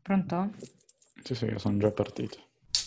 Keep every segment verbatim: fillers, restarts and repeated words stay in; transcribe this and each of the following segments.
Pronto? Sì, sì, io sono già partito.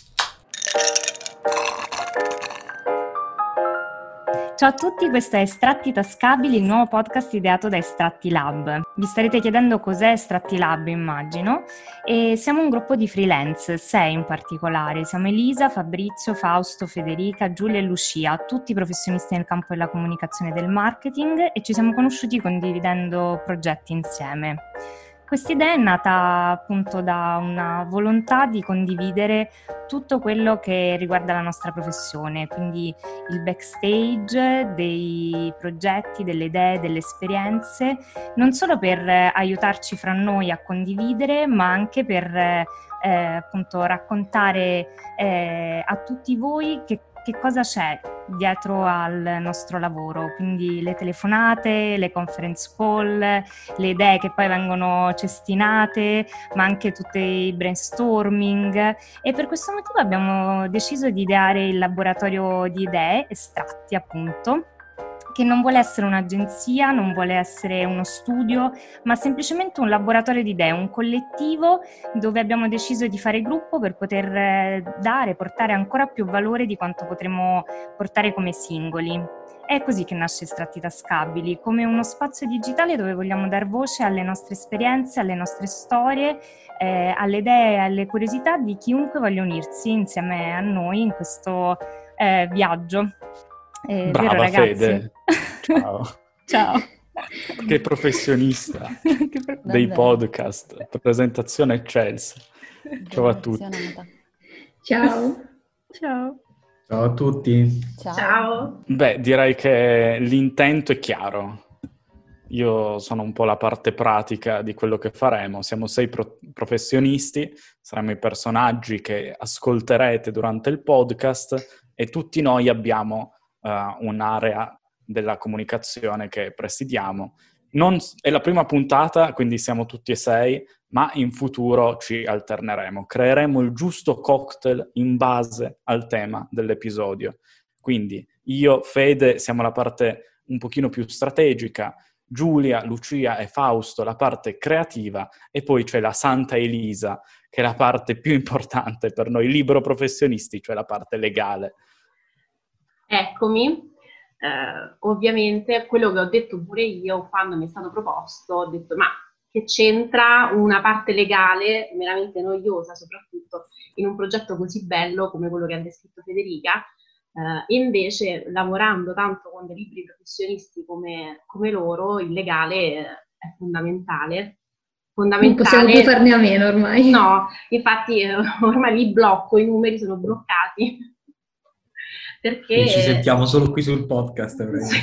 Ciao a tutti, questo è Estratti Tascabili, il nuovo podcast ideato da Estratti Lab. Vi starete chiedendo cos'è Estratti Lab, immagino, e siamo un gruppo di freelance, sei in particolare. Siamo Elisa, Fabrizio, Fausto, Federica, Giulia e Lucia, tutti professionisti nel campo della comunicazione e del marketing, e ci siamo conosciuti condividendo progetti insieme. Questa idea è nata appunto da una volontà di condividere tutto quello che riguarda la nostra professione, quindi il backstage dei progetti, delle idee, delle esperienze, non solo per aiutarci fra noi a condividere, ma anche per eh, appunto raccontare eh, a tutti voi che che cosa c'è dietro al nostro lavoro, quindi le telefonate, le conference call, le idee che poi vengono cestinate, ma anche tutti i brainstorming, e per questo motivo abbiamo deciso di ideare il laboratorio di idee, Estratti appunto, che non vuole essere un'agenzia, non vuole essere uno studio, ma semplicemente un laboratorio di idee, un collettivo dove abbiamo deciso di fare gruppo per poter dare, portare ancora più valore di quanto potremo portare come singoli. È così che nasce Estratti Tascabili, come uno spazio digitale dove vogliamo dar voce alle nostre esperienze, alle nostre storie, eh, alle idee e alle curiosità di chiunque voglia unirsi insieme a noi in questo eh, viaggio. Eh, vero Brava ragazzi? Fede, ciao. Ciao. Che professionista Che pro- dei Davvero. podcast, presentazione eccelsa. Ciao a tutti. Impressionata. Ciao. Ciao. Ciao a tutti. Ciao. Ciao. Beh, direi che l'intento è chiaro. Io sono un po' la parte pratica di quello che faremo. Siamo sei pro- professionisti, saremo i personaggi che ascolterete durante il podcast e tutti noi abbiamo uh, un'area della comunicazione che presidiamo. Non, è la prima puntata, quindi siamo tutti e sei, ma in futuro ci alterneremo. Creeremo il giusto cocktail in base al tema dell'episodio. Quindi io, Fede, siamo la parte un pochino più strategica, Giulia, Lucia e Fausto la parte creativa, e poi c'è la Santa Elisa, che è la parte più importante per noi libero professionisti, cioè la parte legale. Eccomi. Eh, ovviamente quello che ho detto pure io quando mi è stato proposto, ho detto ma che c'entra una parte legale meramente noiosa, soprattutto in un progetto così bello come quello che ha descritto Federica. Uh, invece, lavorando tanto con dei liberi professionisti come, come loro, il legale è fondamentale. fondamentale. Non possiamo più farne a meno ormai. No, infatti eh, ormai li blocco, i numeri sono bloccati. Perché Quindi ci sentiamo solo qui sul podcast.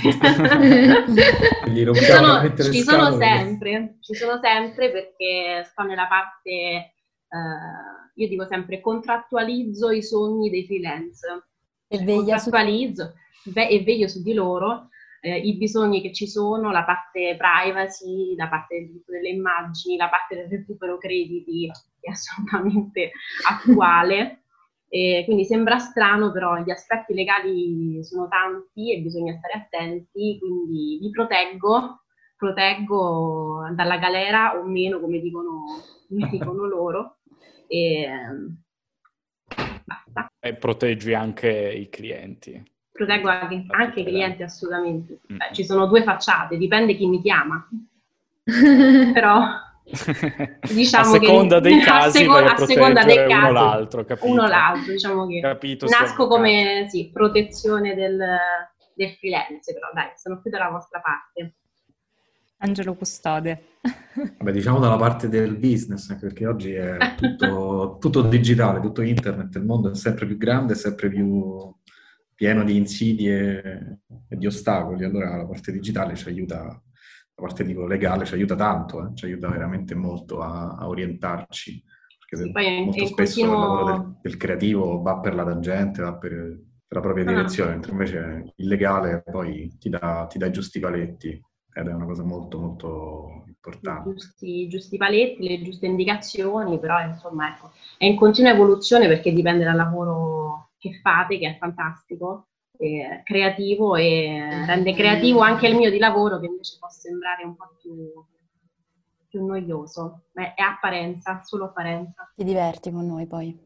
ci sono, ci sono sempre, ci sono sempre perché sto nella parte, uh, io dico sempre, contrattualizzo i sogni dei freelance. E veglia contrattualizzo su... e veglio su di loro eh, i bisogni che ci sono, la parte privacy, la parte del diritto delle immagini, la parte del recupero crediti è assolutamente attuale. E quindi sembra strano, però gli aspetti legali sono tanti e bisogna stare attenti, quindi vi proteggo, proteggo dalla galera o meno, come dicono, come dicono loro. E, basta. E proteggi anche i clienti. Proteggo anche, anche i clienti, assolutamente. Mm. Beh, ci sono due facciate, dipende chi mi chiama. Però diciamo a seconda che, dei casi a, seco- vai a, a seconda dei casi, uno l'altro, capito? Uno l'altro, diciamo che capito, nasco come sì, protezione del, del freelance, però dai, sono qui dalla vostra parte. Angelo Custode. Vabbè, diciamo dalla parte del business, anche perché oggi è tutto, tutto digitale, tutto internet, il mondo è sempre più grande, sempre più pieno di insidie e di ostacoli, allora la parte digitale ci aiuta, la parte tipo legale ci aiuta tanto, eh? Ci aiuta veramente molto a, a orientarci, perché sì, poi molto spesso continuo... il lavoro del, del creativo va per la tangente, va per, per la propria direzione, ah. mentre invece il legale poi ti dà, ti dà i giusti paletti. Ed è una cosa molto molto importante. Giusti, giusti paletti, le giuste indicazioni, però insomma ecco, è in continua evoluzione perché dipende dal lavoro che fate, che è fantastico, è creativo e rende creativo anche il mio di lavoro, che invece può sembrare un po' più, più noioso, ma è apparenza, solo apparenza. Ti diverti con noi poi.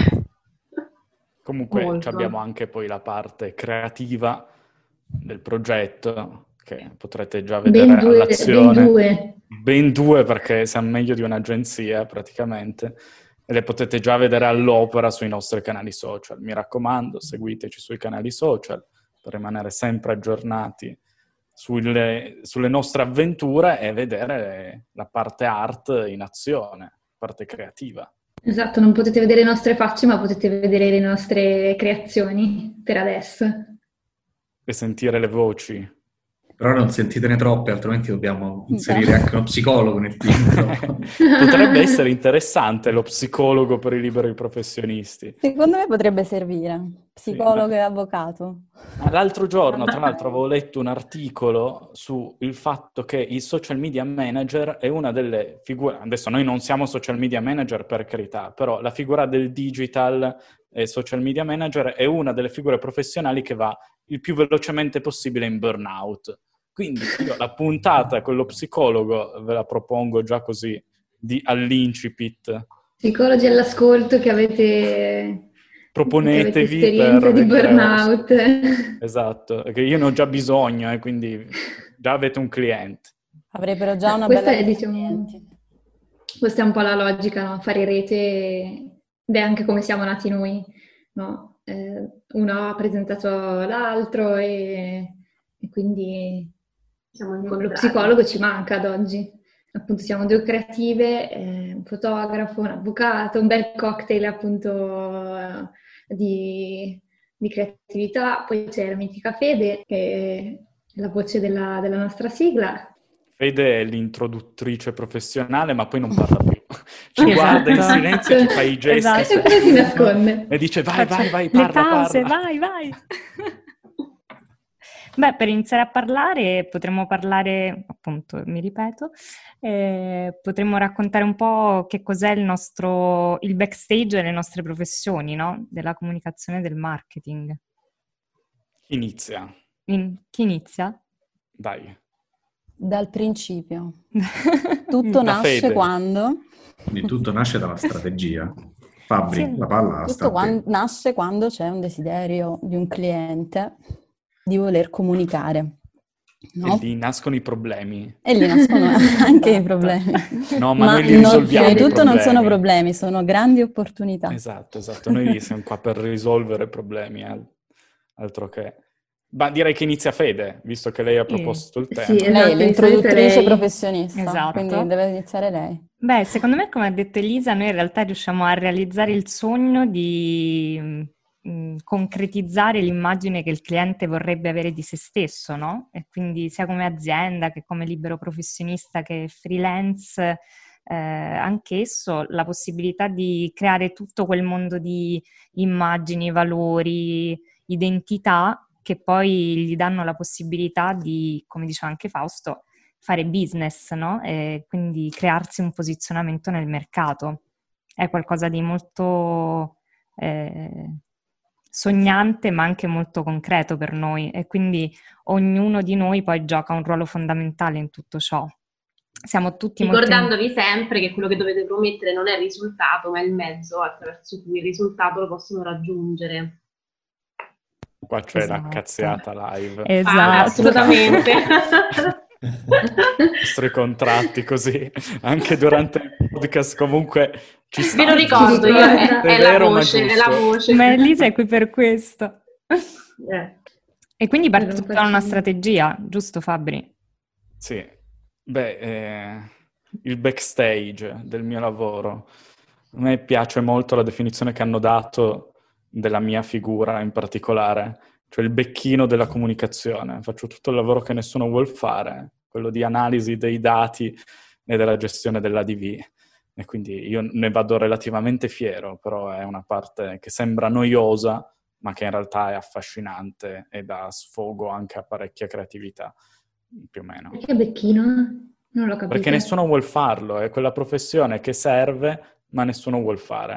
Comunque Molto. abbiamo anche poi la parte creativa del progetto, che potrete già vedere Ben due, all'azione. ben due. Ben due, perché siamo meglio di un'agenzia praticamente, e le potete già vedere all'opera sui nostri canali social. Mi raccomando, seguiteci sui canali social per rimanere sempre aggiornati sulle, sulle nostre avventure e vedere la parte art in azione, parte creativa. Esatto, non potete vedere le nostre facce, ma potete vedere le nostre creazioni per adesso. E sentire le voci. Però non sentitene troppe, altrimenti dobbiamo inserire anche uno psicologo nel team. Potrebbe essere interessante lo psicologo per i liberi professionisti. Secondo me potrebbe servire, psicologo Sì, e avvocato. ma l'altro giorno, tra l'altro, avevo letto un articolo sul fatto che il social media manager è una delle figure... Adesso noi non siamo social media manager, per carità, però la figura del digital e social media manager è una delle figure professionali che va il più velocemente possibile in burnout. Quindi io la puntata con lo psicologo ve la propongo già così, di, all'incipit. Psicologi all'ascolto che avete, Proponetevi che avete esperienza per di venire burnout. ospiti. Esatto, che io ne ho già bisogno e eh, quindi già avete un cliente. Avrebbero già una Questa bella è, lista di diciamo, clienti. questa è un po' la logica, no? Fare rete ed è anche come siamo nati noi, no? Eh, uno ha presentato l'altro e, e quindi Siamo lo incontrati. psicologo ci manca ad oggi. Appunto siamo due creative, eh, un fotografo, un avvocato, un bel cocktail appunto eh, di, di creatività. Poi c'è la mitica Fede, che è la voce della, della nostra sigla. Fede è l'introduttrice professionale, ma poi non parla più. Ci Esatto. guarda in silenzio, ci fa i gesti Esatto. E poi si nasconde. e dice vai, Faccio vai, vai, le parla, pause, parla. vai, vai. Beh, per iniziare a parlare potremmo parlare, appunto, mi ripeto, eh, potremmo raccontare un po' che cos'è il nostro, il backstage delle nostre professioni, no? Della comunicazione e del marketing. Chi inizia? In- chi inizia? Dai. Dal principio. Tutto Da nasce Fede. quando? Quindi tutto nasce dalla strategia. Fabri, Sì. la palla sta Tutto a te. quan- nasce quando c'è un desiderio di un cliente di voler comunicare, no? E lì nascono i problemi. E lì nascono anche i problemi. No, ma Ma noi li non- risolviamo prima di i tutto non sono problemi. problemi, sono grandi opportunità. Esatto, esatto. Noi siamo qua per risolvere problemi, al- altro che... Ma direi che inizia Fede, visto che lei ha Sì. proposto il tema. Sì, esatto, Lei è di solito l'introduttrice lei. professionista, Esatto. quindi deve iniziare lei. Beh, secondo me, come ha detto Elisa, noi in realtà riusciamo a realizzare il sogno di mh, concretizzare l'immagine che il cliente vorrebbe avere di se stesso, no? E quindi sia come azienda che come libero professionista che freelance, eh, anch'esso la possibilità di creare tutto quel mondo di immagini, valori, identità che poi gli danno la possibilità di, come diceva anche Fausto, fare business, no? E quindi crearsi un posizionamento nel mercato. È qualcosa di molto eh, sognante, ma anche molto concreto per noi. E quindi ognuno di noi poi gioca un ruolo fondamentale in tutto ciò. Siamo tutti molto... Ricordandovi sempre che quello che dovete promettere non è il risultato, ma il mezzo attraverso cui il risultato lo possono raggiungere. Qua c'è Esatto. la cazziata live. Ah, Esatto. assolutamente. I nostri contratti così, anche durante il podcast comunque ci Ve sta. lo ricordo, io, è, È è la vero, ma voce, è la giusto. voce. Ma Elisa è qui per questo. Eh. E quindi parte Non tutta una faccio- strategia, giusto Fabri? Sì, beh, eh, il backstage del mio lavoro. A me piace molto la definizione che hanno dato della mia figura in particolare, cioè il becchino della comunicazione. Faccio tutto il lavoro che nessuno vuol fare, quello di analisi dei dati e della gestione dell'A D V. E quindi io ne vado relativamente fiero, però è una parte che sembra noiosa, ma che in realtà è affascinante e dà sfogo anche a parecchia creatività, più o meno. Perché becchino? Non l'ho capito. Perché nessuno vuol farlo, è quella professione che serve, ma nessuno vuol fare.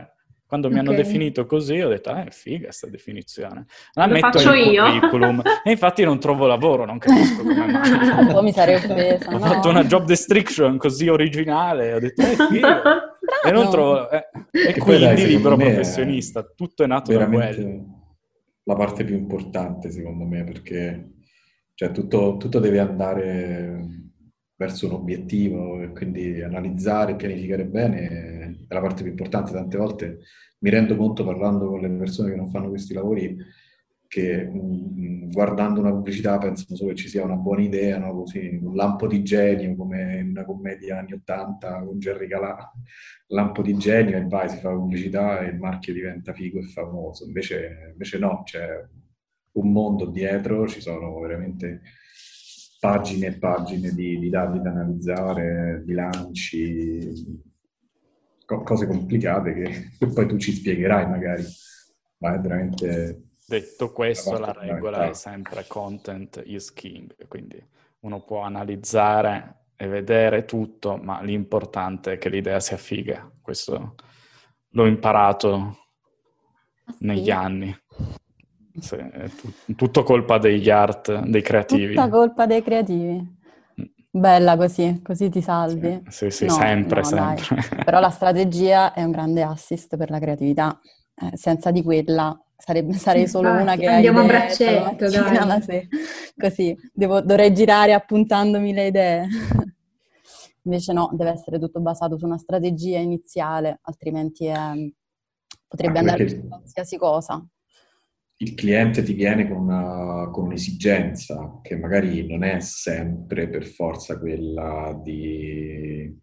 Quando mi Ok. hanno definito così ho detto, eh, figa sta definizione. La Lo metto faccio nel io. curriculum. E infatti non trovo lavoro, non capisco come mai. Un po' mi sarei offesa, Ho no? fatto una job description così originale, ho detto, eh, figa. E non Strano. trovo... eh. E Che poi, dai, quindi secondo libero me, professionista, tutto è nato da quello. veramente la parte più importante, secondo me, perché cioè, tutto, tutto deve andare verso un obiettivo e quindi analizzare, pianificare bene è la parte più importante. Tante volte mi rendo conto, parlando con le persone che non fanno questi lavori, che mh, guardando una pubblicità pensano solo che ci sia una buona idea, no? Così, un lampo di genio, come in una commedia anni ottanta con Jerry Calà, lampo di genio, e vai, si fa pubblicità e il marchio diventa figo e famoso. Invece, invece no, c'è un mondo dietro, ci sono veramente pagine e pagine di, di dati da analizzare, bilanci, co- cose complicate che poi tu ci spiegherai magari, ma è veramente Detto la questo, la parte regola è fondamentale. sempre content is king, quindi uno può analizzare e vedere tutto, ma l'importante è che l'idea sia figa. Questo l'ho imparato negli Sì. anni. Sì, è tu- tutto colpa degli art, dei creativi. Tutta colpa dei creativi. Bella così, così ti salvi. Sì, sì, sì, No, sempre, no, dai. sempre. Però la strategia è un grande assist per la creatività. Eh, senza di quella sarebbe- sarei solo una Infatti, che ha andiamo a idee dalla braccetto, mattina alla dai. sera. Così, devo- dovrei girare appuntandomi le idee. Invece no, deve essere tutto basato su una strategia iniziale, altrimenti è- potrebbe Anche andare perché per qualsiasi cosa. il cliente ti viene con, una- con un'esigenza che magari non è sempre per forza quella di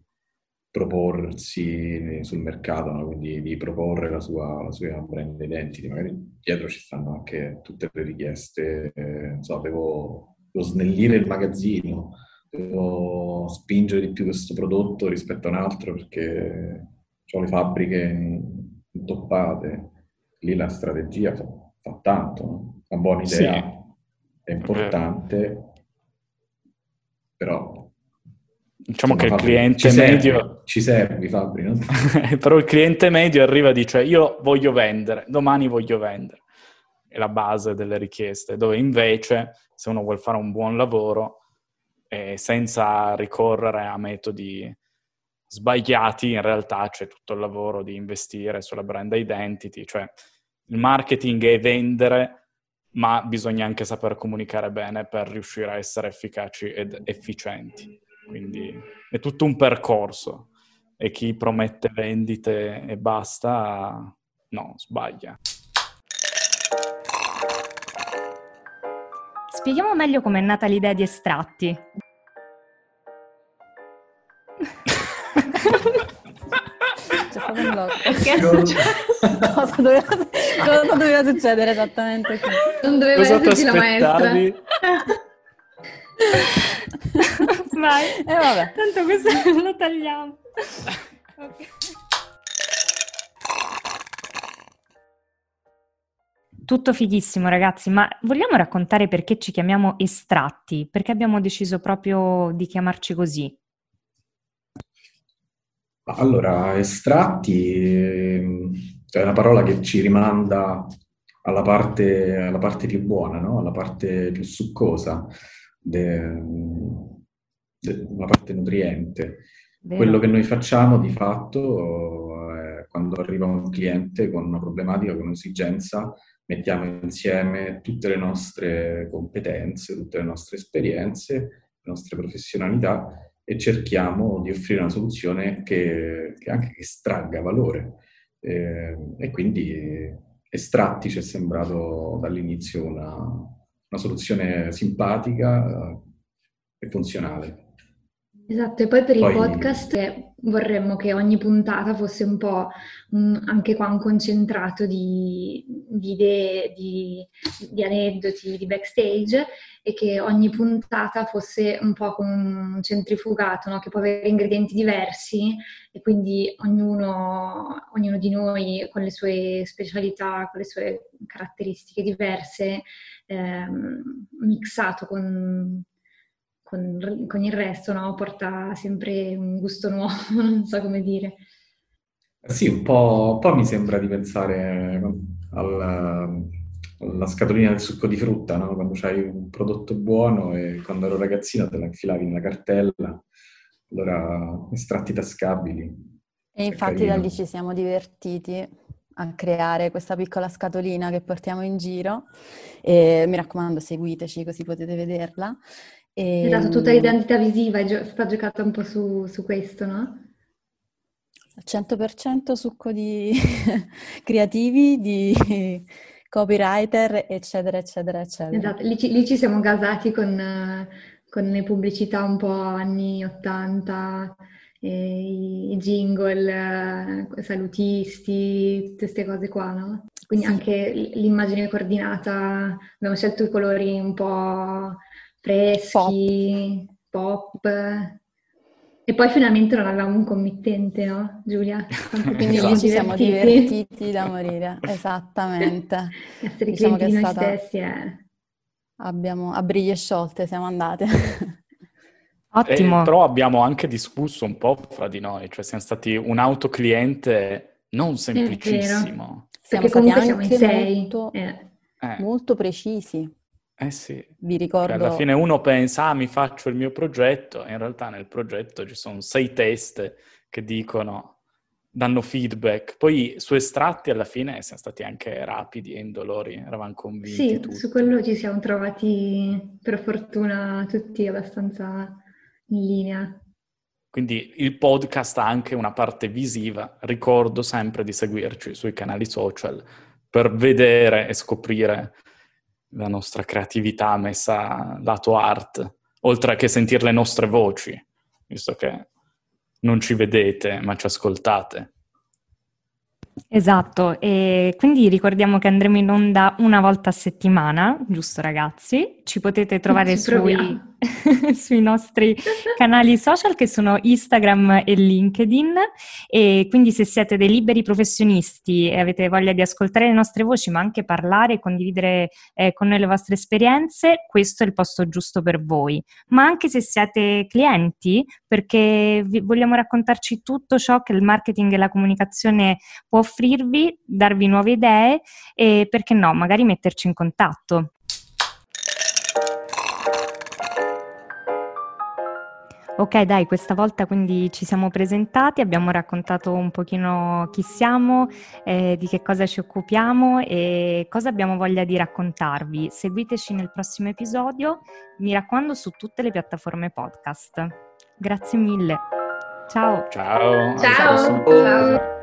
proporsi sul mercato, no? Quindi di proporre la sua, la sua brand identity. Magari dietro ci stanno anche tutte le richieste, eh, non so, devo, devo snellire il magazzino, devo spingere di più questo prodotto rispetto a un altro perché ho le fabbriche intoppate. Lì la strategia fa, fa tanto, no? Una buona Sì, idea è è vero. importante, però Diciamo che insomma il Fabri, ci cliente servi, medio, ci servi Fabri, no? però il cliente medio arriva e dice io voglio vendere, domani voglio vendere. È la base delle richieste, dove invece se uno vuole fare un buon lavoro eh, senza ricorrere a metodi sbagliati, in realtà c'è tutto il lavoro di investire sulla brand identity, cioè il marketing è vendere, ma bisogna anche saper comunicare bene per riuscire a essere efficaci ed efficienti. Quindi è tutto un percorso e chi promette vendite e basta, no, sbaglia. Spieghiamo meglio com'è nata l'idea di Estratti. C'è stato un blocco. Che è successo? Cosa doveva, cosa doveva succedere esattamente qui? Non doveva Cosa ti esserci la maestra. aspettavi? Vai. E vabbè. Tanto questo lo tagliamo. Ok. Tutto fighissimo, ragazzi, ma vogliamo raccontare perché ci chiamiamo Estratti? Perché abbiamo deciso proprio di chiamarci così? Allora, estratti ehm, è una parola che ci rimanda alla parte, alla parte più buona, no? Alla parte più succosa, de- de- la parte nutriente. Quello Vero? che noi facciamo di fatto è quando arriva un cliente con una problematica, con un'esigenza, mettiamo insieme tutte le nostre competenze, tutte le nostre esperienze, le nostre professionalità e cerchiamo di offrire una soluzione che, che anche che estragga valore. Eh, e quindi Estratti ci è sembrato dall'inizio una, una soluzione simpatica eh, e funzionale. Esatto, e poi per i Poi podcast eh, vorremmo che ogni puntata fosse un po' un- anche qua un concentrato di, di idee, di, di aneddoti, di backstage e che ogni puntata fosse un po' con un centrifugato, no? Che può avere ingredienti diversi e quindi ognuno, ognuno di noi con le sue specialità, con le sue caratteristiche diverse, ehm, mixato con con, con il resto, no? Porta sempre un gusto nuovo, non so come dire. Sì, un po', un po' mi sembra di pensare alla, alla scatolina del succo di frutta, no? Quando c'hai un prodotto buono e quando ero ragazzino te la infilavi nella cartella, allora estratti tascabili, E è infatti da lì carino. ci siamo divertiti a creare questa piccola scatolina che portiamo in giro e mi raccomando seguiteci così potete vederla. E, Esatto, tutta mm, l'identità visiva è gio- sta giocata un po' su, su questo, no? cento per cento succo di creativi, di copywriter, eccetera, eccetera, eccetera. Esatto, lì ci, lì ci siamo gasati con, eh, con le pubblicità un po' anni ottanta, eh, i, i jingle, eh, salutisti, tutte queste cose qua, no? Quindi Sì, anche l- l'immagine coordinata, abbiamo scelto i colori un po' pop. freschi, pop. E poi finalmente non avevamo un committente, no, Giulia? Quanto ci Quindi siamo lì ci siamo divertiti. divertiti da morire, esattamente. Essere Diciamo che clienti è di noi stata, stessi è... abbiamo, a briglie sciolte siamo andate. E, Ottimo. però abbiamo anche discusso un po' fra di noi, cioè siamo stati un autocliente non È vero, semplicissimo. Siamo perché stati comunque siamo in anche sei. molto, Eh. Eh, molto precisi. eh sì, Vi cioè alla fine ricordo, uno pensa, ah, mi faccio il mio progetto, e in realtà nel progetto ci sono sei teste che dicono, danno feedback. Poi su estratti alla fine siamo stati anche rapidi e indolori, eravamo convinti Sì, su tutti. quello ci siamo trovati per fortuna tutti abbastanza in linea. Quindi il podcast ha anche una parte visiva. Ricordo sempre di seguirci sui canali social per vedere e scoprire la nostra creatività messa lato art, oltre che sentire le nostre voci, visto che non ci vedete ma ci ascoltate. Esatto, e quindi ricordiamo che andremo in onda una volta a settimana, giusto ragazzi? Ci potete trovare Ci sui, proviamo. sui nostri canali social che sono Instagram e LinkedIn, e quindi se siete dei liberi professionisti e avete voglia di ascoltare le nostre voci ma anche parlare e condividere eh, con noi le vostre esperienze, questo è il posto giusto per voi. Ma anche se siete clienti, perché vi- vogliamo raccontarci tutto ciò che il marketing e la comunicazione può offrirvi, darvi nuove idee e perché no, magari metterci in contatto. Ok, dai, questa volta quindi ci siamo presentati, abbiamo raccontato un pochino chi siamo, eh, di che cosa ci occupiamo e cosa abbiamo voglia di raccontarvi. Seguiteci nel prossimo episodio, mi raccomando, su tutte le piattaforme podcast. Grazie mille. Ciao. Ciao, alla Ciao! prossima Ciao! puntata.